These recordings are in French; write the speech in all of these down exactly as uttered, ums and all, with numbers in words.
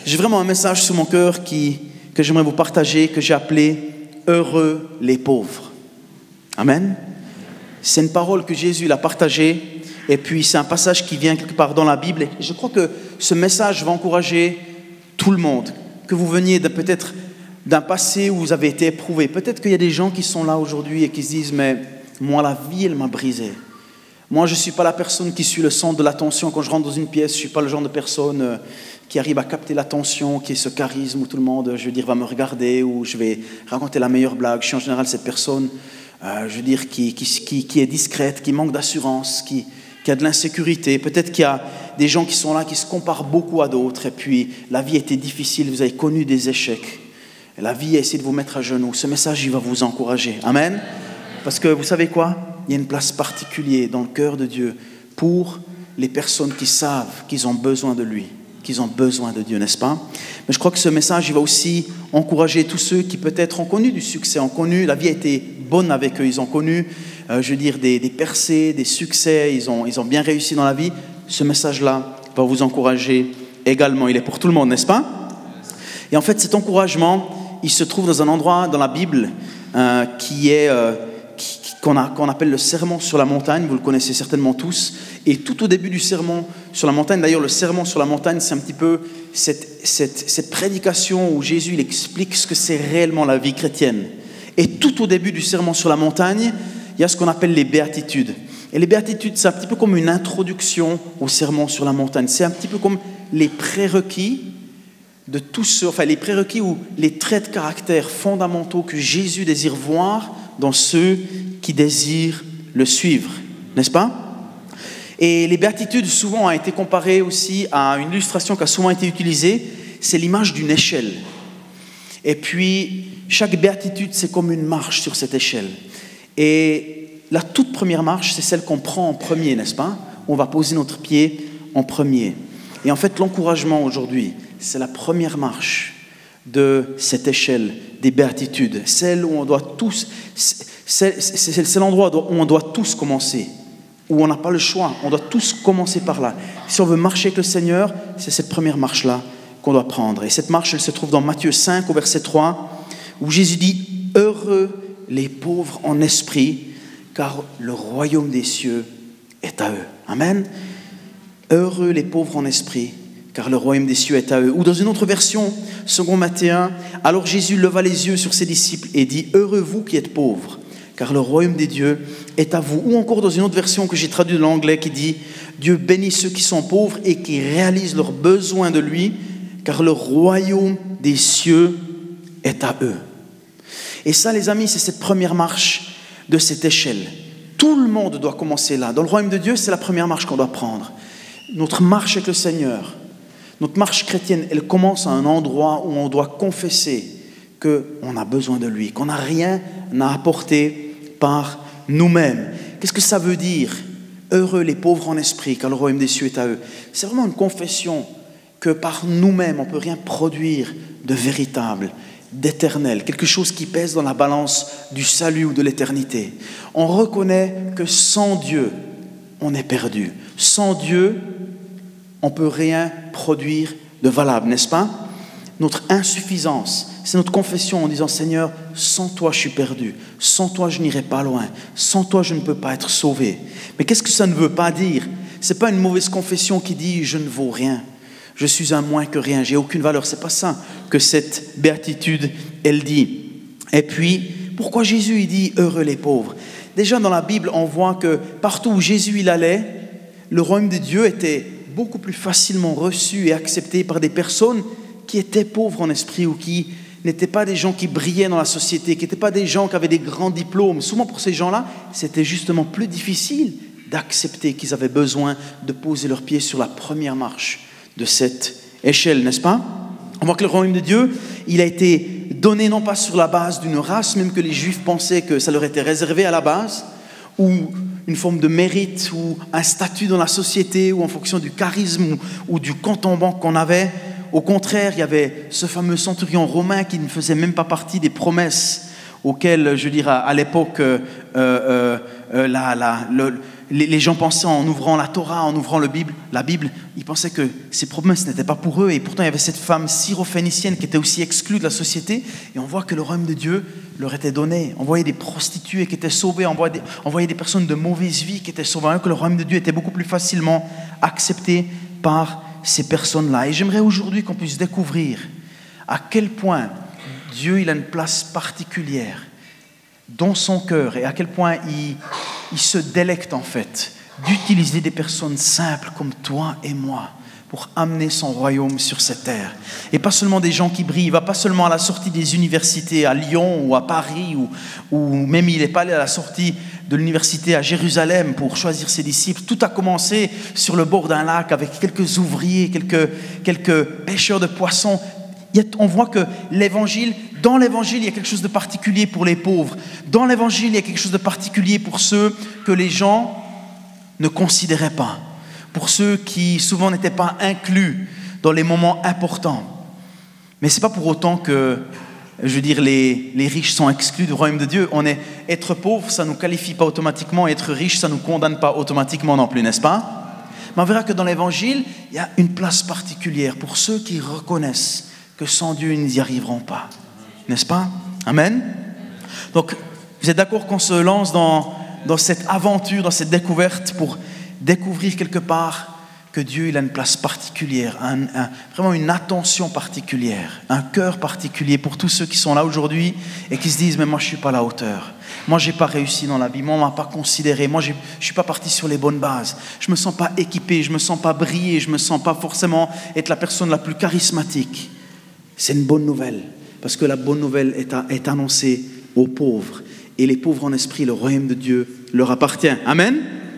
J'ai vraiment un message sur mon cœur qui, que j'aimerais vous partager, que j'ai appelé « Heureux les pauvres ». Amen. C'est une parole que Jésus l'a partagée, et puis c'est un passage qui vient quelque part dans la Bible. Et je crois que ce message va encourager tout le monde, que vous veniez de, peut-être d'un passé où vous avez été éprouvé. Peut-être qu'il y a des gens qui sont là aujourd'hui et qui se disent « mais moi, la vie, elle m'a brisé. Moi, je ne suis pas la personne qui suit le centre de l'attention. Quand je rentre dans une pièce, je ne suis pas le genre de personne euh, qui arrive à capter l'attention, qui est ce charisme où tout le monde, je veux dire, va me regarder, où je vais raconter la meilleure blague. Je suis en général cette personne, euh, je veux dire, qui, qui, qui, qui est discrète, qui manque d'assurance, qui, qui a de l'insécurité. Peut-être qu'il y a des gens qui sont là, qui se comparent beaucoup à d'autres. Et puis, la vie était difficile, vous avez connu des échecs. Et la vie a essayé de vous mettre à genoux. Ce message, il va vous encourager. Amen. Parce que vous savez quoi ? Il y a une place particulière dans le cœur de Dieu pour les personnes qui savent qu'ils ont besoin de lui, qu'ils ont besoin de Dieu, n'est-ce pas ? Mais je crois que ce message, il va aussi encourager tous ceux qui peut-être ont connu du succès, ont connu, la vie a été bonne avec eux, ils ont connu, euh, je veux dire, des, des percées, des succès, ils ont, ils ont bien réussi dans la vie. Ce message-là va vous encourager également. Il est pour tout le monde, n'est-ce pas ? Et en fait, cet encouragement, il se trouve dans un endroit dans la Bible euh, qui est... Euh, Qu'on, a, qu'on appelle le sermon sur la montagne, vous le connaissez certainement tous, et tout au début du sermon sur la montagne, d'ailleurs le sermon sur la montagne, c'est un petit peu cette, cette, cette prédication où Jésus il explique ce que c'est réellement la vie chrétienne. Et tout au début du sermon sur la montagne, il y a ce qu'on appelle les béatitudes. Et les béatitudes, c'est un petit peu comme une introduction au sermon sur la montagne, c'est un petit peu comme les prérequis de tous ceux, enfin les prérequis ou les traits de caractère fondamentaux que Jésus désire voir dans ceux qui désirent le suivre, n'est-ce pas ? Et les béatitudes, souvent, ont été comparées aussi à une illustration qui a souvent été utilisée, c'est l'image d'une échelle. Et puis, chaque béatitude, c'est comme une marche sur cette échelle. Et la toute première marche, c'est celle qu'on prend en premier, n'est-ce pas ? On va poser notre pied en premier. Et en fait, l'encouragement aujourd'hui, c'est la première marche de cette échelle des béatitudes, celle où on doit tous, c'est, c'est, c'est l'endroit où on doit tous commencer, où on n'a pas le choix, on doit tous commencer par là. Si on veut marcher avec le Seigneur, c'est cette première marche-là qu'on doit prendre. Et cette marche, elle se trouve dans Matthieu cinq, au verset trois, où Jésus dit « Heureux les pauvres en esprit, car le royaume des cieux est à eux. » Amen. Heureux les pauvres en esprit, car le royaume des cieux est à eux. Ou dans une autre version, second Matthieu un, alors Jésus leva les yeux sur ses disciples et dit « Heureux vous qui êtes pauvres, car le royaume des dieux est à vous. » Ou encore dans une autre version que j'ai traduite de l'anglais qui dit « Dieu bénit ceux qui sont pauvres et qui réalisent leurs besoins de lui, car le royaume des cieux est à eux. » Et ça, les amis, c'est cette première marche de cette échelle. Tout le monde doit commencer là. Dans le royaume de Dieu, c'est la première marche qu'on doit prendre. Notre marche avec le Seigneur, notre marche chrétienne, elle commence à un endroit où on doit confesser qu'on a besoin de lui, qu'on n'a rien à apporter par nous-mêmes. Qu'est-ce que ça veut dire ? Heureux les pauvres en esprit, car le royaume des cieux est à eux. C'est vraiment une confession que par nous-mêmes, on ne peut rien produire de véritable, d'éternel, quelque chose qui pèse dans la balance du salut ou de l'éternité. On reconnaît que sans Dieu, on est perdu. Sans Dieu, on ne peut rien produire de valable, n'est-ce pas ? Notre insuffisance, c'est notre confession en disant « Seigneur, sans toi je suis perdu, sans toi je n'irai pas loin, sans toi je ne peux pas être sauvé. » Mais qu'est-ce que ça ne veut pas dire ? Ce n'est pas une mauvaise confession qui dit « Je ne vaux rien, je suis un moins que rien, j'ai aucune valeur. » Ce n'est pas ça que cette béatitude, elle dit. Et puis, pourquoi Jésus il dit « Heureux les pauvres » ? Déjà dans la Bible, on voit que partout où Jésus il allait, le royaume de Dieu était beaucoup plus facilement reçu et accepté par des personnes qui étaient pauvres en esprit ou qui n'étaient pas des gens qui brillaient dans la société, qui n'étaient pas des gens qui avaient des grands diplômes. Souvent pour ces gens-là, c'était justement plus difficile d'accepter qu'ils avaient besoin de poser leurs pieds sur la première marche de cette échelle, n'est-ce pas ? On voit que le royaume de Dieu, il a été donné non pas sur la base d'une race, même que les Juifs pensaient que ça leur était réservé à la base, ou une forme de mérite, ou un statut dans la société, ou en fonction du charisme, ou, ou du compte en banque qu'on avait. Au contraire, il y avait ce fameux centurion romain qui ne faisait même pas partie des promesses auxquelles, je veux dire, à, à l'époque, euh, euh, euh, la, la, le, les, les gens pensaient en ouvrant la Torah, en ouvrant le Bible, la Bible, ils pensaient que ces promesses n'étaient pas pour eux. Et pourtant, il y avait cette femme syrophénicienne qui était aussi exclue de la société. Et on voit que le royaume de Dieu leur était donné. On voyait des prostituées qui étaient sauvées, on voyait des, on voyait des personnes de mauvaise vie qui étaient sauvées. On voyait que le royaume de Dieu était beaucoup plus facilement accepté par ces personnes-là. Et j'aimerais aujourd'hui qu'on puisse découvrir à quel point Dieu il a une place particulière dans son cœur et à quel point il, il se délecte en fait d'utiliser des personnes simples comme toi et moi pour amener son royaume sur cette terre. Et pas seulement des gens qui brillent. Il ne va pas seulement à la sortie des universités à Lyon ou à Paris, ou, ou même il n'est pas allé à la sortie de l'université à Jérusalem pour choisir ses disciples. Tout a commencé sur le bord d'un lac avec quelques ouvriers, quelques, quelques pêcheurs de poissons. On voit que l'évangile, dans l'évangile, il y a quelque chose de particulier pour les pauvres. Dans l'évangile, il y a quelque chose de particulier pour ceux que les gens ne considéraient pas. Pour ceux qui souvent n'étaient pas inclus dans les moments importants. Mais ce n'est pas pour autant que, je veux dire, les, les riches sont exclus du royaume de Dieu. On est, être pauvre, ça ne nous qualifie pas automatiquement. Être riche, ça ne nous condamne pas automatiquement non plus, n'est-ce pas? Mais on verra que dans l'évangile, il y a une place particulière pour ceux qui reconnaissent que sans Dieu, ils n'y arriveront pas. N'est-ce pas? Amen. Donc, vous êtes d'accord qu'on se lance dans, dans cette aventure, dans cette découverte pour découvrir quelque part que Dieu il a une place particulière, un, un, vraiment une attention particulière, un cœur particulier pour tous ceux qui sont là aujourd'hui et qui se disent « mais moi je ne suis pas à la hauteur, moi je n'ai pas réussi dans la vie, moi on ne m'a pas considéré, moi je ne suis pas parti sur les bonnes bases, je ne me sens pas équipé, je ne me sens pas briller, je ne me sens pas forcément être la personne la plus charismatique ». C'est une bonne nouvelle, parce que la bonne nouvelle est, à, est annoncée aux pauvres. Et les pauvres en esprit, le royaume de Dieu leur appartient. Amen.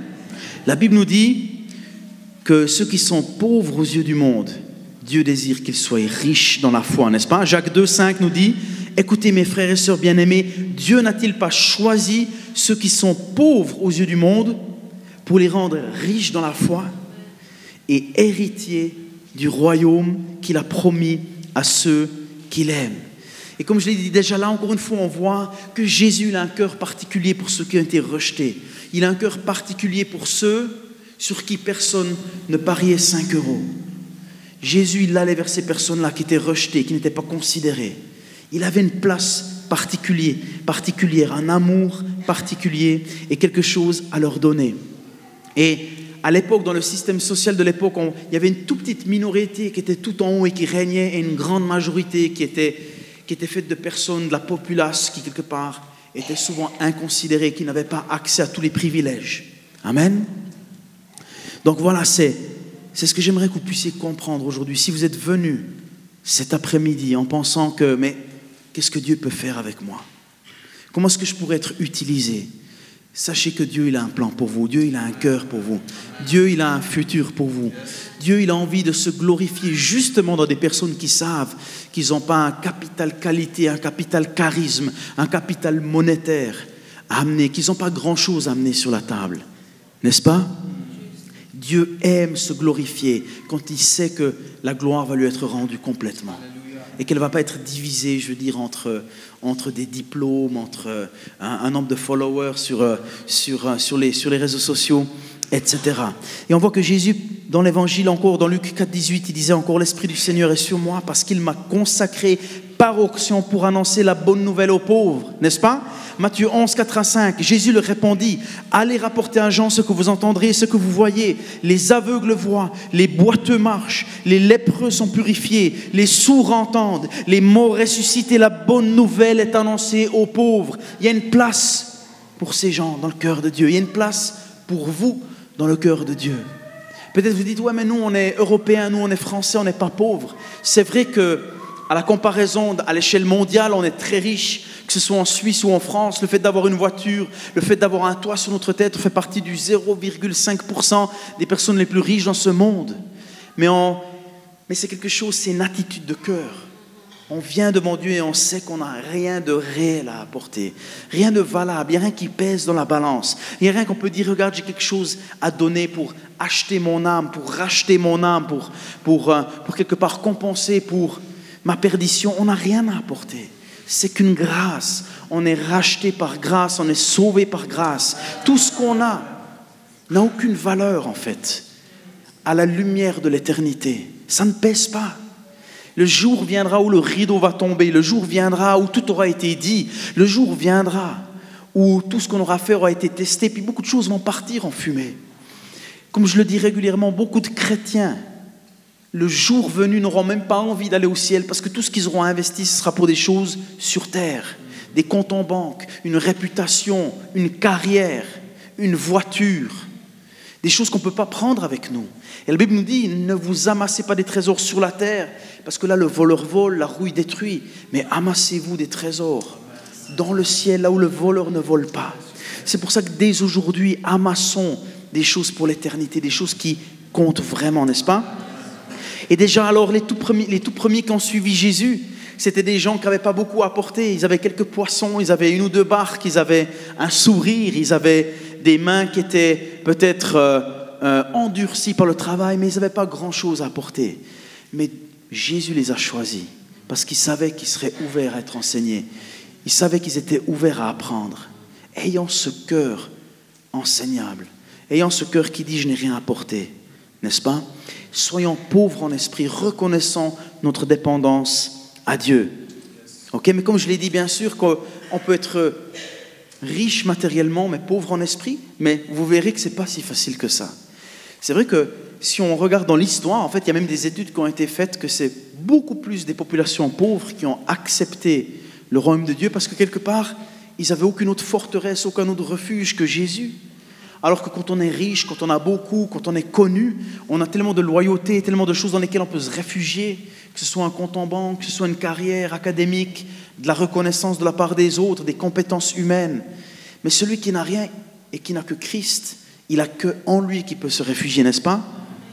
La Bible nous dit que ceux qui sont pauvres aux yeux du monde, Dieu désire qu'ils soient riches dans la foi, n'est-ce pas? Jacques deux, cinq nous dit « Écoutez mes frères et sœurs bien-aimés, Dieu n'a-t-il pas choisi ceux qui sont pauvres aux yeux du monde pour les rendre riches dans la foi et héritiers du royaume qu'il a promis à ceux qu'il aime. » Et comme je l'ai dit déjà là, encore une fois, on voit que Jésus a un cœur particulier pour ceux qui ont été rejetés. Il a un cœur particulier pour ceux sur qui personne ne pariait cinq euros. Jésus, il allait vers ces personnes-là qui étaient rejetées, qui n'étaient pas considérées. Il avait une place particulière, particulière, un amour particulier et quelque chose à leur donner. Et à l'époque, dans le système social de l'époque, on, il y avait une toute petite minorité qui était tout en haut et qui régnait, et une grande majorité qui était, qui était faite de personnes de la populace qui, quelque part, étaient souvent inconsidérées, qui n'avaient pas accès à tous les privilèges. Amen. Donc voilà, c'est, c'est ce que j'aimerais que vous puissiez comprendre aujourd'hui. Si vous êtes venus cet après-midi en pensant que, mais qu'est-ce que Dieu peut faire avec moi? Comment est-ce que je pourrais être utilisé? Sachez que Dieu, il a un plan pour vous. Dieu, il a un cœur pour vous. Dieu, il a un futur pour vous. Dieu, il a envie de se glorifier justement dans des personnes qui savent qu'ils n'ont pas un capital qualité, un capital charisme, un capital monétaire à amener, qu'ils n'ont pas grand-chose à amener sur la table. N'est-ce pas? Dieu aime se glorifier quand il sait que la gloire va lui être rendue complètement. Et qu'elle ne va pas être divisée, je veux dire, entre, entre des diplômes, entre un, un nombre de followers sur, sur, sur, les, sur les réseaux sociaux, et cetera. Et on voit que Jésus, dans l'Évangile encore, dans Luc quatre, dix-huit, il disait encore « L'Esprit du Seigneur est sur moi parce qu'il m'a consacré par onction pour annoncer la bonne nouvelle aux pauvres. » N'est-ce pas? Matthieu onze, quatre à cinq, Jésus leur répondit « Allez rapporter à Jean ce que vous entendrez, ce que vous voyez. Les aveugles voient, les boiteux marchent, les lépreux sont purifiés, les sourds entendent, les morts ressuscitent et la bonne nouvelle est annoncée aux pauvres. » Il y a une place pour ces gens dans le cœur de Dieu. Il y a une place pour vous dans le cœur de Dieu. Peut-être vous dites « Ouais, mais nous, on est Européens, nous, on est Français, on n'est pas pauvres. » C'est vrai que à la comparaison, à l'échelle mondiale, on est très riche, que ce soit en Suisse ou en France. Le fait d'avoir une voiture, le fait d'avoir un toit sur notre tête fait partie du zéro virgule cinq pour cent des personnes les plus riches dans ce monde. Mais, on, mais c'est quelque chose, c'est une attitude de cœur. On vient devant Dieu et on sait qu'on n'a rien de réel à apporter, rien de valable, il n'y a rien qui pèse dans la balance. Il n'y a rien qu'on peut dire, regarde, j'ai quelque chose à donner pour acheter mon âme, pour racheter mon âme, pour, pour, pour quelque part compenser pour ma perdition. On n'a rien à apporter. C'est qu'une grâce. On est racheté par grâce, on est sauvé par grâce. Tout ce qu'on a, n'a aucune valeur en fait à la lumière de l'éternité. Ça ne pèse pas. Le jour viendra où le rideau va tomber, le jour viendra où tout aura été dit, le jour viendra où tout ce qu'on aura fait aura été testé, puis beaucoup de choses vont partir en fumée. Comme je le dis régulièrement, beaucoup de chrétiens, le jour venu, n'auront même pas envie d'aller au ciel parce que tout ce qu'ils auront investi, ce sera pour des choses sur terre, des comptes en banque, une réputation, une carrière, une voiture, des choses qu'on ne peut pas prendre avec nous. Et la Bible nous dit, ne vous amassez pas des trésors sur la terre, parce que là, le voleur vole, la rouille détruit, mais amassez-vous des trésors dans le ciel, là où le voleur ne vole pas. C'est pour ça que dès aujourd'hui, amassons des choses pour l'éternité, des choses qui comptent vraiment, n'est-ce pas? Et déjà, alors, les tout premiers, les tout premiers qui ont suivi Jésus, c'était des gens qui n'avaient pas beaucoup apporté. Ils avaient quelques poissons, ils avaient une ou deux barques, ils avaient un sourire, ils avaient des mains qui étaient peut-être euh, euh, endurcies par le travail, mais ils n'avaient pas grand-chose à apporter. Mais Jésus les a choisis parce qu'il savait qu'ils seraient ouverts à être enseignés. Il savait qu'ils étaient ouverts à apprendre. Ayant ce cœur enseignable, ayant ce cœur qui dit « je n'ai rien apporté », n'est-ce pas? Soyons pauvres en esprit, reconnaissant notre dépendance à Dieu. Ok, mais comme je l'ai dit, bien sûr qu'on peut être riche matériellement, mais pauvre en esprit, mais vous verrez que ce n'est pas si facile que ça. C'est vrai que si on regarde dans l'histoire, en fait, il y a même des études qui ont été faites que c'est beaucoup plus des populations pauvres qui ont accepté le royaume de Dieu parce que quelque part, ils n'avaient aucune autre forteresse, aucun autre refuge que Jésus. Alors que quand on est riche, quand on a beaucoup, quand on est connu, on a tellement de loyauté, tellement de choses dans lesquelles on peut se réfugier, que ce soit un compte en banque, que ce soit une carrière académique, de la reconnaissance de la part des autres, des compétences humaines. Mais celui qui n'a rien et qui n'a que Christ, il n'a qu'en lui qui peut se réfugier, n'est-ce pas?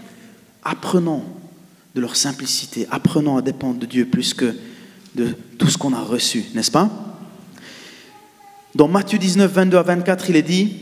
Apprenons de leur simplicité, apprenons à dépendre de Dieu plus que de tout ce qu'on a reçu, n'est-ce pas? Dans Matthieu dix-neuf, vingt-deux à vingt-quatre, il est dit...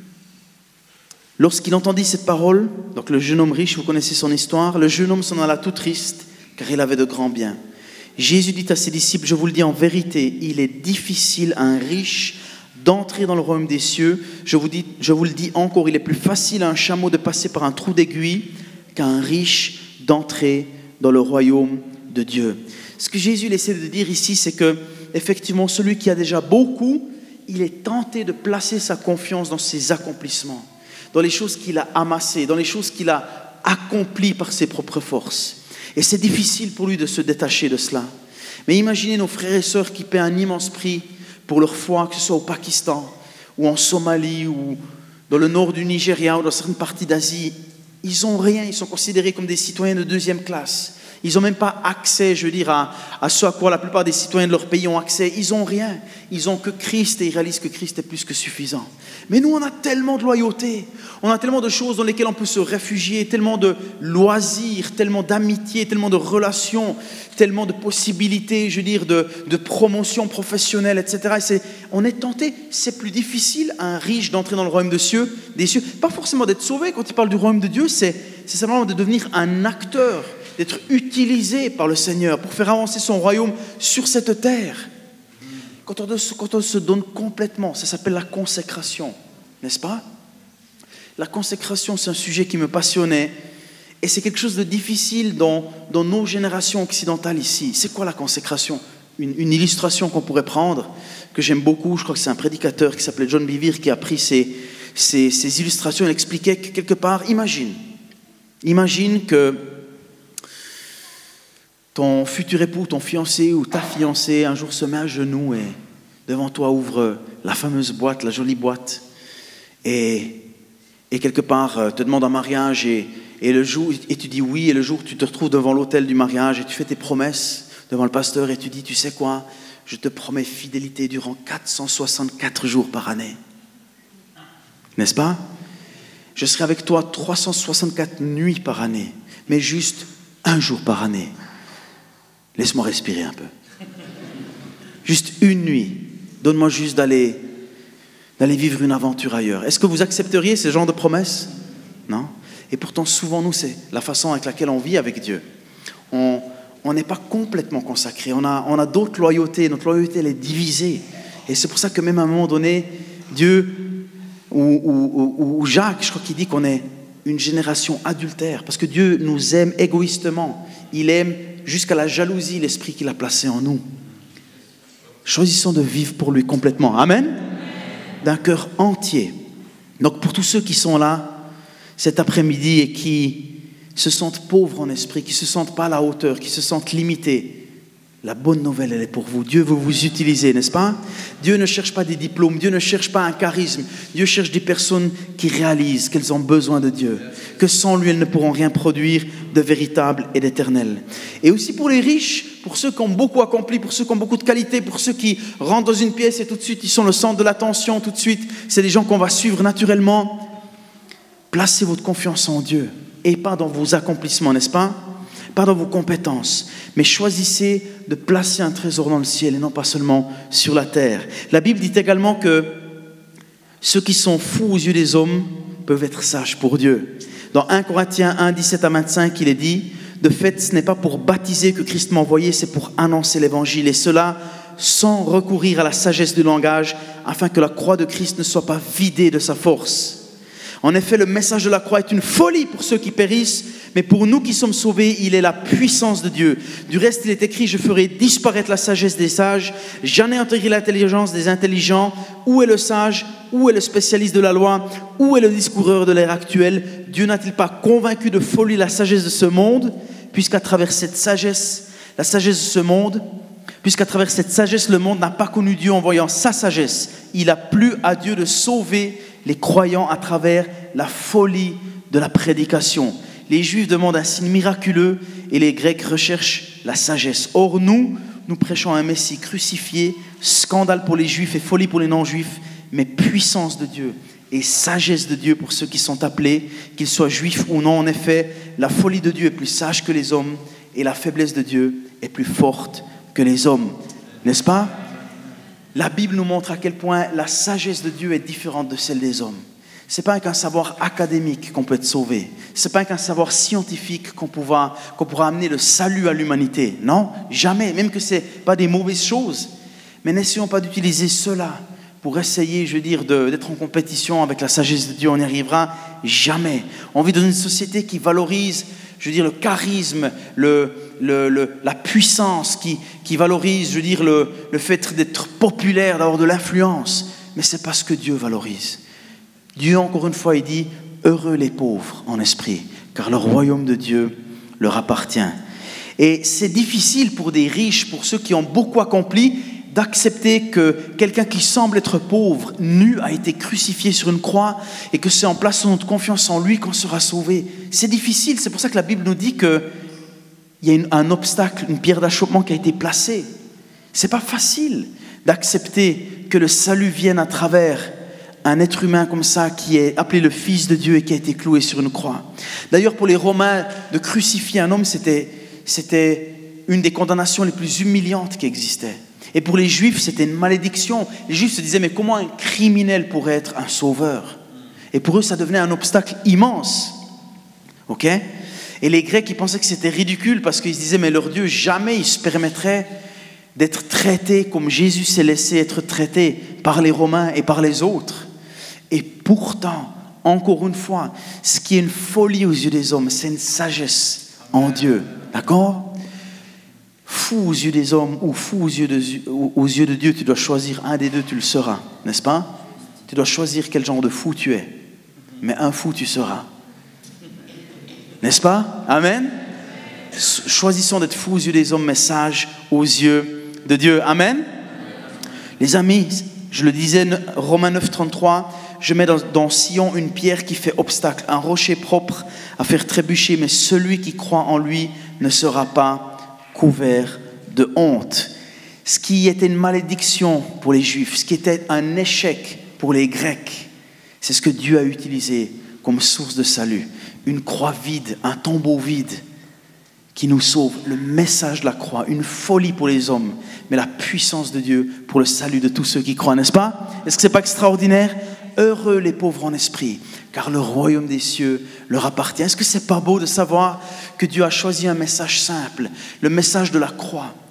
Lorsqu'il entendit cette parole, donc le jeune homme riche, vous connaissez son histoire, le jeune homme s'en alla tout triste, car il avait de grands biens. Jésus dit à ses disciples, je vous le dis en vérité, il est difficile à un riche d'entrer dans le royaume des cieux. Je vous, dis, je vous le dis encore, il est plus facile à un chameau de passer par un trou d'aiguille qu'à un riche d'entrer dans le royaume de Dieu. Ce que Jésus essaie de dire ici, c'est que effectivement, celui qui a déjà beaucoup, il est tenté de placer sa confiance dans ses accomplissements, dans les choses qu'il a amassées, dans les choses qu'il a accomplies par ses propres forces. Et c'est difficile pour lui de se détacher de cela. Mais imaginez nos frères et sœurs qui paient un immense prix pour leur foi, que ce soit au Pakistan, ou en Somalie, ou dans le nord du Nigeria, ou dans certaines parties d'Asie. Ils n'ont rien, ils sont considérés comme des citoyens de deuxième classe. Ils n'ont même pas accès, je veux dire, à, à ce à quoi la plupart des citoyens de leur pays ont accès. Ils n'ont rien. Ils n'ont que Christ et ils réalisent que Christ est plus que suffisant. Mais nous, on a tellement de loyauté, on a tellement de choses dans lesquelles on peut se réfugier, tellement de loisirs, tellement d'amitié, tellement de relations, tellement de possibilités, je veux dire, de, de promotion professionnelle, et cetera. Et c'est, on est tenté, c'est plus difficile à un riche d'entrer dans le royaume des cieux, des cieux. Pas forcément d'être sauvé, quand il parle du royaume de Dieu, c'est, c'est simplement de devenir un acteur, d'être utilisé par le Seigneur pour faire avancer son royaume sur cette terre. Quand on, quand on se donne complètement, ça s'appelle la consécration, n'est-ce pas? La consécration, c'est un sujet qui me passionnait et c'est quelque chose de difficile dans, dans nos générations occidentales ici. C'est quoi la consécration? une, une illustration qu'on pourrait prendre, que j'aime beaucoup, je crois que c'est un prédicateur qui s'appelait John Bevere qui a pris ces, ces, ces illustrations. Il expliquait que quelque part, imagine, imagine que ton futur époux, ton fiancé ou ta fiancée, un jour se met à genoux et devant toi ouvre la fameuse boîte, la jolie boîte, et, et quelque part te demande un mariage et, et, le jour, et tu dis oui, et le jour tu te retrouves devant l'autel du mariage et tu fais tes promesses devant le pasteur et tu dis, tu sais quoi, je te promets fidélité durant quatre cent soixante-quatre jours par année. N'est-ce pas? Je serai avec toi trois cent soixante-quatre nuits par année, mais juste un jour par année. Laisse-moi respirer un peu. Juste une nuit. Donne-moi juste d'aller, d'aller vivre une aventure ailleurs. Est-ce que vous accepteriez ce genre de promesses? Non. Et pourtant, souvent, nous, c'est la façon avec laquelle on vit avec Dieu. On, on n'est pas complètement consacré. On a, on a d'autres loyautés. Notre loyauté, elle est divisée. Et c'est pour ça que même à un moment donné, Dieu ou, ou, ou, ou Jacques, je crois qu'il dit qu'on est une génération adultère, parce que Dieu nous aime égoïstement. Il aime jusqu'à la jalousie l'esprit qu'il a placé en nous. Choisissons de vivre pour lui complètement. Amen. D'un cœur entier. Donc pour tous ceux qui sont là cet après-midi et qui se sentent pauvres en esprit, qui ne se sentent pas à la hauteur, qui se sentent limités, la bonne nouvelle, elle est pour vous. Dieu veut vous utiliser, n'est-ce pas? Dieu ne cherche pas des diplômes, Dieu ne cherche pas un charisme. Dieu cherche des personnes qui réalisent qu'elles ont besoin de Dieu, que sans lui, elles ne pourront rien produire de véritable et d'éternel. Et aussi pour les riches, pour ceux qui ont beaucoup accompli, pour ceux qui ont beaucoup de qualités, pour ceux qui rentrent dans une pièce et tout de suite, ils sont le centre de l'attention, tout de suite, c'est des gens qu'on va suivre naturellement. Placez votre confiance en Dieu et pas dans vos accomplissements, n'est-ce pas? Pas dans vos compétences, mais choisissez de placer un trésor dans le ciel et non pas seulement sur la terre. La Bible dit également que ceux qui sont fous aux yeux des hommes peuvent être sages pour Dieu. Dans un Corinthiens un, dix-sept à vingt-cinq, il est dit « De fait, ce n'est pas pour baptiser que Christ m'a envoyé, c'est pour annoncer l'évangile, et cela sans recourir à la sagesse du langage, afin que la croix de Christ ne soit pas vidée de sa force. » En effet, le message de la croix est une folie pour ceux qui périssent, mais pour nous qui sommes sauvés, il est la puissance de Dieu. Du reste, il est écrit « Je ferai disparaître la sagesse des sages, j'anéantirai l'intelligence des intelligents. Où est le sage? Où est le spécialiste de la loi? Où est le discoureur de l'ère actuelle? Dieu n'a-t-il pas convaincu de folie la sagesse de ce monde? Puisqu'à travers cette sagesse, la sagesse de ce monde, puisqu'à travers cette sagesse, le monde n'a pas connu Dieu en voyant sa sagesse. Il a plu à Dieu de sauver les croyants à travers la folie de la prédication. » Les Juifs demandent un signe miraculeux et les Grecs recherchent la sagesse. Or, nous, nous prêchons un Messie crucifié, scandale pour les Juifs et folie pour les non-Juifs, mais puissance de Dieu et sagesse de Dieu pour ceux qui sont appelés, qu'ils soient juifs ou non. En effet, la folie de Dieu est plus sage que les hommes et la faiblesse de Dieu est plus forte que les hommes. N'est-ce pas? La Bible nous montre à quel point la sagesse de Dieu est différente de celle des hommes. Ce n'est pas avec un savoir académique qu'on peut être sauvé. Ce n'est pas avec un savoir scientifique qu'on pourra, qu'on pourra amener le salut à l'humanité. Non, jamais. Même que ce n'est pas des mauvaises choses. Mais n'essayons pas d'utiliser cela pour essayer, je veux dire, de, d'être en compétition avec la sagesse de Dieu. On n'y arrivera jamais. On vit dans une société qui valorise, je veux dire, le charisme, le, le, le, la puissance, qui, qui valorise, je veux dire, le, le fait d'être populaire, d'avoir de l'influence. Mais ce n'est pas ce que Dieu valorise. Dieu, encore une fois, il dit « Heureux les pauvres en esprit, car le royaume de Dieu leur appartient. » Et c'est difficile pour des riches, pour ceux qui ont beaucoup accompli, d'accepter que quelqu'un qui semble être pauvre, nu, a été crucifié sur une croix et que c'est en plaçant notre confiance en lui qu'on sera sauvé. C'est difficile, c'est pour ça que la Bible nous dit qu'il y a une, un obstacle, une pierre d'achoppement qui a été placée. Ce n'est pas facile d'accepter que le salut vienne à travers un être humain comme ça qui est appelé le Fils de Dieu et qui a été cloué sur une croix. D'ailleurs, pour les Romains, de crucifier un homme, c'était, c'était une des condamnations les plus humiliantes qui existaient. Et pour les Juifs, c'était une malédiction. Les Juifs se disaient, mais comment un criminel pourrait être un sauveur? Et pour eux, ça devenait un obstacle immense. Ok? Et les Grecs, ils pensaient que c'était ridicule parce qu'ils se disaient, mais leur Dieu, jamais il se permettrait d'être traité comme Jésus s'est laissé être traité par les Romains et par les autres. Et pourtant, encore une fois, ce qui est une folie aux yeux des hommes, c'est une sagesse en Dieu. D'accord? Fou aux yeux des hommes ou fou aux yeux de, aux yeux de Dieu, tu dois choisir un des deux, tu le seras. N'est-ce pas? Tu dois choisir quel genre de fou tu es. Mais un fou, tu seras. N'est-ce pas? Amen? Choisissons d'être fous aux yeux des hommes, mais sages aux yeux de Dieu. Amen? Les amis, je le disais, Romains neuf, trente-trois, je mets dans, dans Sion une pierre qui fait obstacle, un rocher propre à faire trébucher, mais celui qui croit en lui ne sera pas couvert de honte. Ce qui était une malédiction pour les Juifs, ce qui était un échec pour les Grecs, c'est ce que Dieu a utilisé comme source de salut. Une croix vide, un tombeau vide qui nous sauve, le message de la croix, une folie pour les hommes, mais la puissance de Dieu pour le salut de tous ceux qui croient, n'est-ce pas? Est-ce que ce n'est pas extraordinaire? Heureux les pauvres en esprit, car le royaume des cieux leur appartient. Est-ce que ce n'est pas beau de savoir que Dieu a choisi un message simple, le message de la croix,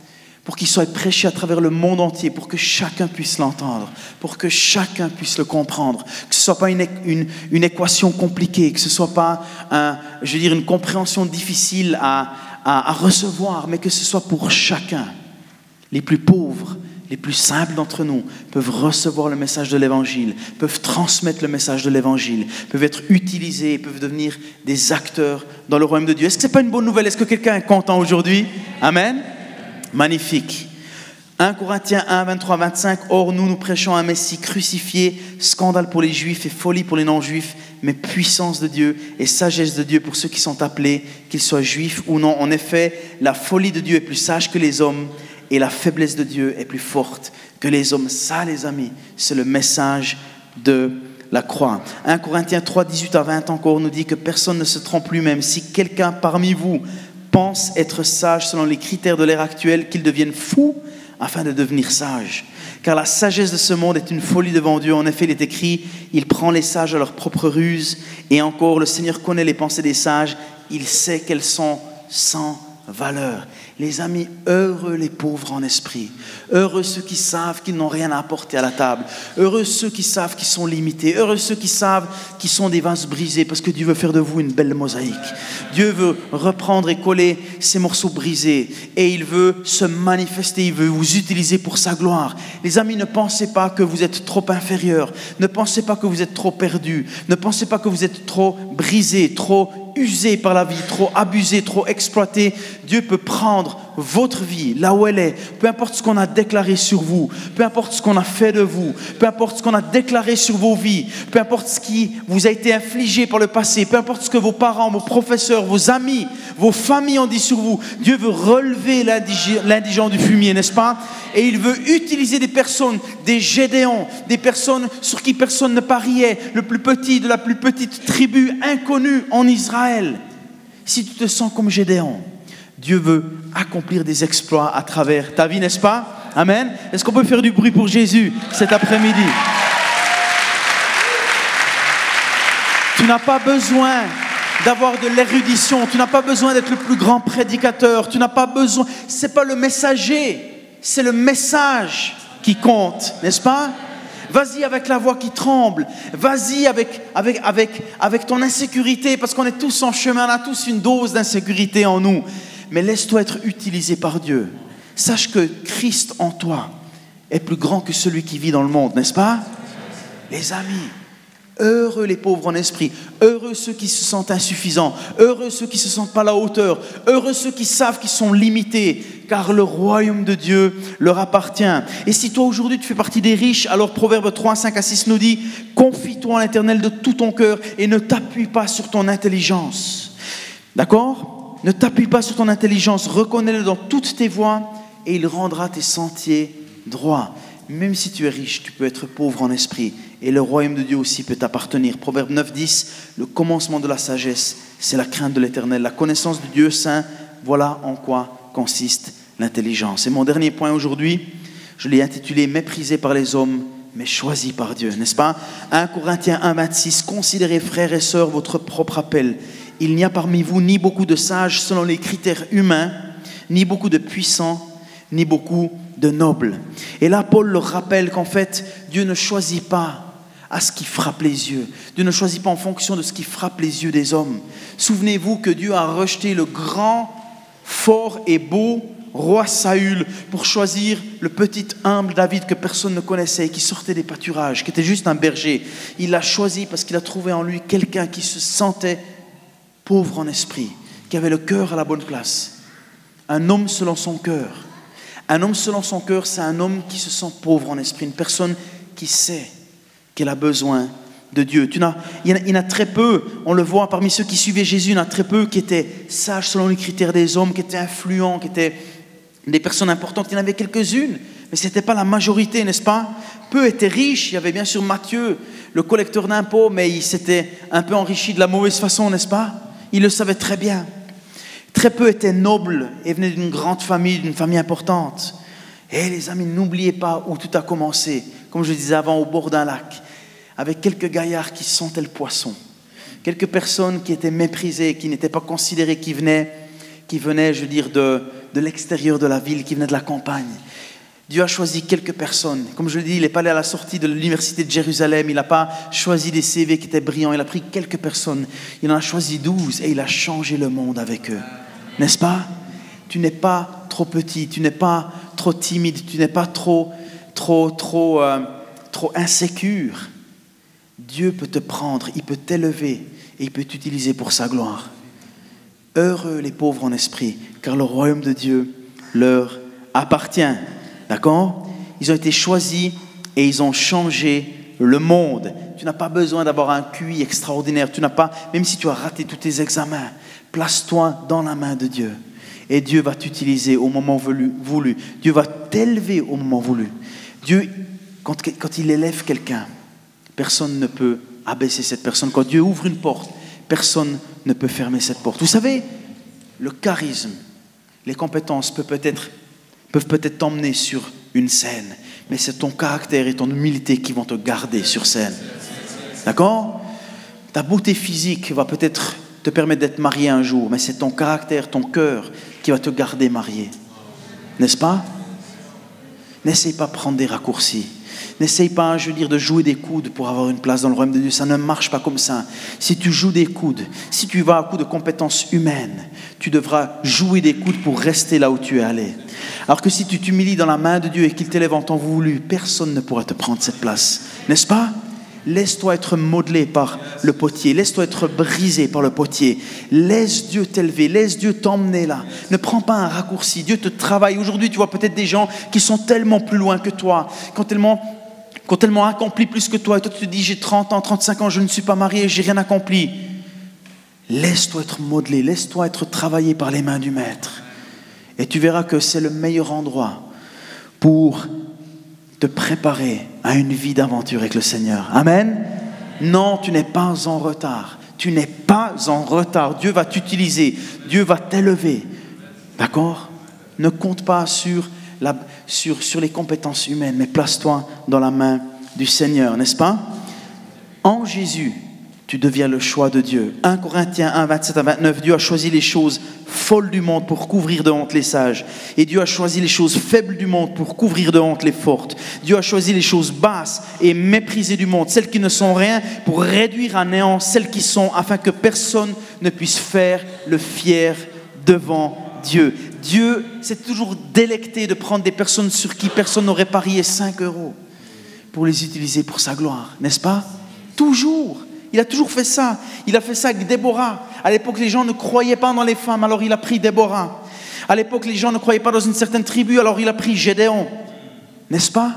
pour qu'il soit prêché à travers le monde entier, pour que chacun puisse l'entendre, pour que chacun puisse le comprendre, que ce ne soit pas une, une, une équation compliquée, que ce ne soit pas un, je veux dire, une compréhension difficile à, à, à recevoir, mais que ce soit pour chacun. Les plus pauvres, les plus simples d'entre nous peuvent recevoir le message de l'Évangile, peuvent transmettre le message de l'Évangile, peuvent être utilisés, peuvent devenir des acteurs dans le royaume de Dieu. Est-ce que ce n'est pas une bonne nouvelle? Est-ce que quelqu'un est content aujourd'hui? Amen. Magnifique. un Corinthiens un, vingt-trois, vingt-cinq. Or, nous, nous prêchons un Messie crucifié, scandale pour les Juifs et folie pour les non-Juifs, mais puissance de Dieu et sagesse de Dieu pour ceux qui sont appelés, qu'ils soient juifs ou non. En effet, la folie de Dieu est plus sage que les hommes et la faiblesse de Dieu est plus forte que les hommes. Ça, les amis, c'est le message de la croix. un Corinthiens trois, dix-huit à vingt encore nous dit que personne ne se trompe lui-même. Si quelqu'un parmi vous pense être sage selon les critères de l'ère actuelle, qu'il devienne fou afin de devenir sage. Car la sagesse de ce monde est une folie devant Dieu. En effet, il est écrit, il prend les sages à leur propre ruse. Et encore, le Seigneur connaît les pensées des sages. Il sait qu'elles sont sans valeur. Les amis, heureux les pauvres en esprit. Heureux ceux qui savent qu'ils n'ont rien à apporter à la table. Heureux ceux qui savent qu'ils sont limités. Heureux ceux qui savent qu'ils sont des vases brisés parce que Dieu veut faire de vous une belle mosaïque. Dieu veut reprendre et coller ces morceaux brisés et il veut se manifester, il veut vous utiliser pour sa gloire. Les amis, ne pensez pas que vous êtes trop inférieurs. Ne pensez pas que vous êtes trop perdus. Ne pensez pas que vous êtes trop brisés, trop usé par la vie, trop abusé, trop exploité. Dieu peut prendre votre vie là où elle est, peu importe ce qu'on a déclaré sur vous, peu importe ce qu'on a fait de vous, peu importe ce qu'on a déclaré sur vos vies, peu importe ce qui vous a été infligé par le passé, peu importe ce que vos parents, vos professeurs, vos amis, vos familles ont dit sur vous. Dieu veut relever l'indigent du fumier, n'est-ce pas? Et il veut utiliser des personnes, des Gédéons, des personnes sur qui personne ne pariait, le plus petit de la plus petite tribu inconnue en Israël. Si tu te sens comme Gédéon, Dieu veut accomplir des exploits à travers ta vie, n'est-ce pas? Amen. Est-ce qu'on peut faire du bruit pour Jésus cet après-midi? Tu n'as pas besoin d'avoir de l'érudition, tu n'as pas besoin d'être le plus grand prédicateur, tu n'as pas besoin, c'est pas le messager, c'est le message qui compte, n'est-ce pas? Vas-y avec la voix qui tremble, vas-y avec, avec, avec, avec ton insécurité, parce qu'on est tous en chemin, on a tous une dose d'insécurité en nous. Mais laisse-toi être utilisé par Dieu. Sache que Christ en toi est plus grand que celui qui vit dans le monde, n'est-ce pas? Les amis, heureux les pauvres en esprit, heureux ceux qui se sentent insuffisants, heureux ceux qui ne se sentent pas à la hauteur, heureux ceux qui savent qu'ils sont limités, car le royaume de Dieu leur appartient. Et si toi aujourd'hui tu fais partie des riches, alors Proverbe trois, cinq à six nous dit « Confie-toi en l'Éternel de tout ton cœur et ne t'appuie pas sur ton intelligence. » D'accord ? Ne t'appuie pas sur ton intelligence, reconnais-le dans toutes tes voies et il rendra tes sentiers droits. Même si tu es riche, tu peux être pauvre en esprit et le royaume de Dieu aussi peut t'appartenir. Proverbe neuf, dix, le commencement de la sagesse, c'est la crainte de l'Éternel. La connaissance du Dieu saint, voilà en quoi consiste l'intelligence. Et mon dernier point aujourd'hui, je l'ai intitulé « Méprisé par les hommes, mais choisi par Dieu », n'est-ce pas? un Corinthiens un, vingt-six, considérez frères et sœurs votre propre appel. Il n'y a parmi vous ni beaucoup de sages selon les critères humains, ni beaucoup de puissants, ni beaucoup de nobles. Et là, Paul leur rappelle qu'en fait, Dieu ne choisit pas à ce qui frappe les yeux. Dieu ne choisit pas en fonction de ce qui frappe les yeux des hommes. Souvenez-vous que Dieu a rejeté le grand, fort et beau roi Saül pour choisir le petit humble David que personne ne connaissait, qui sortait des pâturages, qui était juste un berger. Il l'a choisi parce qu'il a trouvé en lui quelqu'un qui se sentait pauvre en esprit, qui avait le cœur à la bonne place. Un homme selon son cœur. Un homme selon son cœur, c'est un homme qui se sent pauvre en esprit, une personne qui sait qu'elle a besoin de Dieu. Tu n'as, il, y en a, il y en a très peu, on le voit parmi ceux qui suivaient Jésus, il y en a très peu qui étaient sages selon les critères des hommes, qui étaient influents, qui étaient des personnes importantes. Il y en avait quelques-unes, mais ce n'était pas la majorité, n'est-ce pas? Peu étaient riches. Il y avait bien sûr Matthieu, le collecteur d'impôts, mais il s'était un peu enrichi de la mauvaise façon, n'est-ce pas? Il le savait très bien. Très peu étaient nobles et venaient d'une grande famille, d'une famille importante. Et les amis, n'oubliez pas où tout a commencé, comme je le disais avant, au bord d'un lac, avec quelques gaillards qui sentaient le poisson, quelques personnes qui étaient méprisées, qui n'étaient pas considérées, qui venaient, qui venaient, je veux dire, de, de l'extérieur de la ville, qui venaient de la campagne. Dieu a choisi quelques personnes. Comme je le dis, il n'est pas allé à la sortie de l'université de Jérusalem, il n'a pas choisi des C V qui étaient brillants, il a pris quelques personnes. Il en a choisi douze et il a changé le monde avec eux. N'est-ce pas? Tu n'es pas trop petit, tu n'es pas trop timide, tu n'es pas trop, trop, trop, euh, trop insécure. Dieu peut te prendre, il peut t'élever et il peut t'utiliser pour sa gloire. Heureux les pauvres en esprit, car le royaume de Dieu leur appartient. D'accord? Ils ont été choisis et ils ont changé le monde. Tu n'as pas besoin d'avoir un Q I extraordinaire. Tu n'as pas, même si tu as raté tous tes examens, place-toi dans la main de Dieu. Et Dieu va t'utiliser au moment voulu. Dieu va t'élever au moment voulu. Dieu, quand, quand il élève quelqu'un, personne ne peut abaisser cette personne. Quand Dieu ouvre une porte, personne ne peut fermer cette porte. Vous savez, le charisme, les compétences peuvent peut-être, peuvent peut-être t'emmener sur une scène, mais c'est ton caractère et ton humilité qui vont te garder sur scène. D'accord? Ta beauté physique va peut-être te permettre d'être marié un jour, mais c'est ton caractère, ton cœur qui va te garder marié. N'est-ce pas? N'essaye pas de prendre des raccourcis. N'essaye pas, je veux dire, de jouer des coudes pour avoir une place dans le royaume de Dieu. Ça ne marche pas comme ça. Si tu joues des coudes, si tu vas à coup de compétences humaines, tu devras jouer des coudes pour rester là où tu es allé. Alors que si tu t'humilies dans la main de Dieu et qu'il t'élève en temps voulu, personne ne pourra te prendre cette place. N'est-ce pas? Laisse-toi être modelé par le potier. Laisse-toi être brisé par le potier. Laisse Dieu t'élever. Laisse Dieu t'emmener là. Ne prends pas un raccourci. Dieu te travaille. Aujourd'hui, tu vois peut-être des gens qui sont tellement plus loin que toi, qui ont tellement, qui ont tellement accompli plus que toi. Et toi, tu te dis, j'ai trente ans, trente-cinq ans, je ne suis pas marié, j'ai rien accompli. Laisse-toi être modelé. Laisse-toi être travaillé par les mains du Maître. Et tu verras que c'est le meilleur endroit pour te préparer à une vie d'aventure avec le Seigneur. Amen. Non, tu n'es pas en retard. Tu n'es pas en retard. Dieu va t'utiliser. Dieu va t'élever. D'accord? Ne compte pas sur, la, sur, sur les compétences humaines, mais place-toi dans la main du Seigneur, n'est-ce pas? En Jésus, tu deviens le choix de Dieu. un Corinthiens un, vingt-sept à vingt-neuf, Dieu a choisi les choses folles du monde pour couvrir de honte les sages. Et Dieu a choisi les choses faibles du monde pour couvrir de honte les fortes. Dieu a choisi les choses basses et méprisées du monde, celles qui ne sont rien, pour réduire à néant celles qui sont, afin que personne ne puisse faire le fier devant Dieu. Dieu s'est toujours délecté de prendre des personnes sur qui personne n'aurait parié cinq euros pour les utiliser pour sa gloire, n'est-ce pas? Toujours. Il a toujours fait ça. Il a fait ça avec Déborah. À l'époque, les gens ne croyaient pas dans les femmes, alors il a pris Déborah. À l'époque, les gens ne croyaient pas dans une certaine tribu, alors il a pris Gédéon. N'est-ce pas?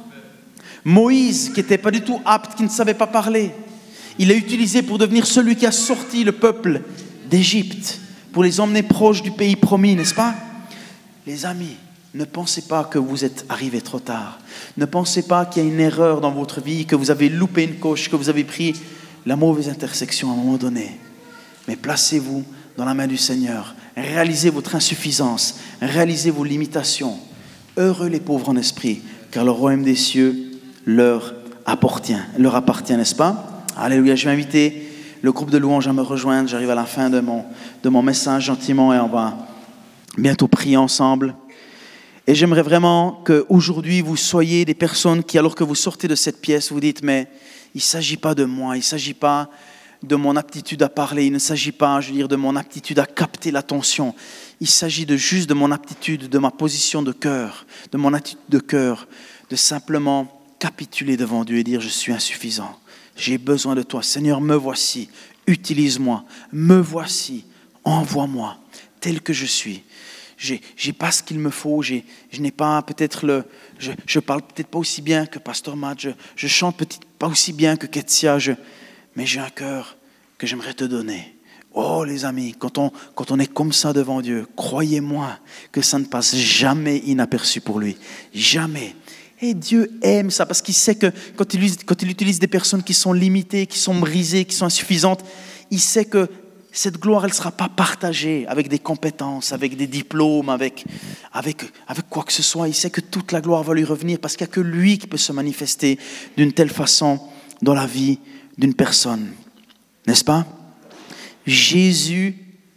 Moïse, qui n'était pas du tout apte, qui ne savait pas parler, il l'a utilisé pour devenir celui qui a sorti le peuple d'Égypte, pour les emmener proches du pays promis, n'est-ce pas? Les amis, ne pensez pas que vous êtes arrivés trop tard. Ne pensez pas qu'il y a une erreur dans votre vie, que vous avez loupé une coche, que vous avez pris la mauvaise intersection à un moment donné. Mais placez-vous dans la main du Seigneur. Réalisez votre insuffisance. Réalisez vos limitations. Heureux les pauvres en esprit, car le royaume des cieux leur appartient, leur appartient, n'est-ce pas? Alléluia, je vais inviter le groupe de louanges à me rejoindre. J'arrive à la fin de mon, de mon message gentiment et on va bientôt prier ensemble. Et j'aimerais vraiment qu'aujourd'hui vous soyez des personnes qui, alors que vous sortez de cette pièce, vous dites, mais il ne s'agit pas de moi, il ne s'agit pas de mon aptitude à parler, il ne s'agit pas, je veux dire, de mon aptitude à capter l'attention. Il s'agit de juste de mon aptitude, de ma position de cœur, de mon attitude de cœur, de simplement capituler devant Dieu et dire, je suis insuffisant. J'ai besoin de toi. Seigneur, me voici, utilise-moi, me voici, envoie-moi, tel que je suis. J'ai, j'ai pas ce qu'il me faut, j'ai, je n'ai pas peut-être le, je, je parle peut-être pas aussi bien que Pasteur Matt, je, je chante peut-être pas aussi bien que Ketsia, je, mais j'ai un cœur que j'aimerais te donner. Oh les amis, quand on, quand on est comme ça devant Dieu, croyez-moi que ça ne passe jamais inaperçu pour lui, jamais. Et Dieu aime ça parce qu'il sait que quand il, quand il utilise des personnes qui sont limitées, qui sont brisées, qui sont insuffisantes, il sait que cette gloire, elle ne sera pas partagée avec des compétences, avec des diplômes, avec, avec, avec quoi que ce soit. Il sait que toute la gloire va lui revenir parce qu'il n'y a que lui qui peut se manifester d'une telle façon dans la vie d'une personne. N'est-ce pas? Jésus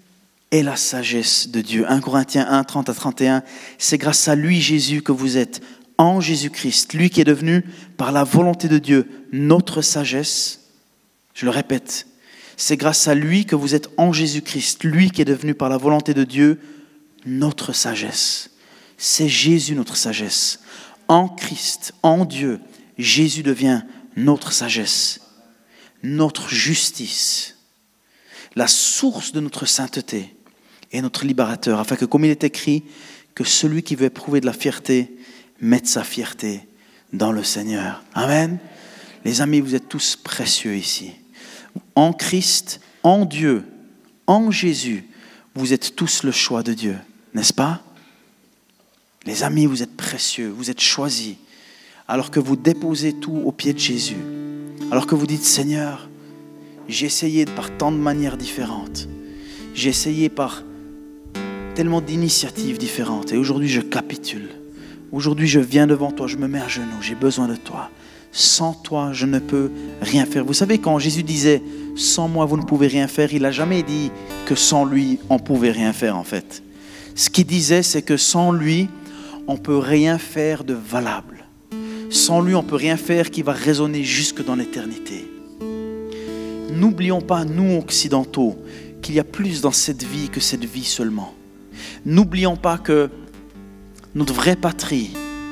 et la sagesse de Dieu. un Corinthiens un, trente à trente et un, c'est grâce à lui, Jésus, que vous êtes en Jésus-Christ, lui qui est devenu, par la volonté de Dieu, notre sagesse. Je le répète, c'est grâce à lui que vous êtes en Jésus-Christ, lui qui est devenu, par la volonté de Dieu, notre sagesse. C'est Jésus notre sagesse. En Christ, en Dieu, Jésus devient notre sagesse, notre justice, la source de notre sainteté et notre libérateur, afin que, comme il est écrit, que celui qui veut éprouver de la fierté mette sa fierté dans le Seigneur. Amen. Les amis, vous êtes tous précieux ici. En Christ, en Dieu, en Jésus, vous êtes tous le choix de Dieu, n'est-ce pas? Les amis, vous êtes précieux, vous êtes choisis, alors que vous déposez tout au pied de Jésus, alors que vous dites, Seigneur, j'ai essayé par tant de manières différentes, j'ai essayé par tellement d'initiatives différentes, et aujourd'hui je capitule. Aujourd'hui je viens devant toi, je me mets à genoux, j'ai besoin de toi. Sans toi, je ne peux rien faire. Vous savez, quand Jésus disait « sans moi, vous ne pouvez rien faire », il n'a jamais dit que sans lui, on ne pouvait rien faire en fait. Ce qu'il disait, c'est que sans lui, on ne peut rien faire de valable. Sans lui, on ne peut rien faire qui va résonner jusque dans l'éternité. N'oublions pas, nous occidentaux, qu'il y a plus dans cette vie que cette vie seulement. N'oublions pas que notre vraie patrie,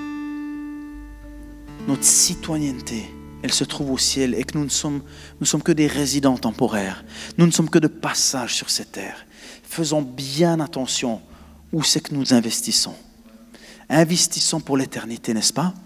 notre citoyenneté, elle se trouve au ciel et que nous ne sommes, nous sommes que des résidents temporaires. Nous ne sommes que de passage sur cette terre. Faisons bien attention où c'est que nous investissons. Investissons pour l'éternité, n'est-ce pas?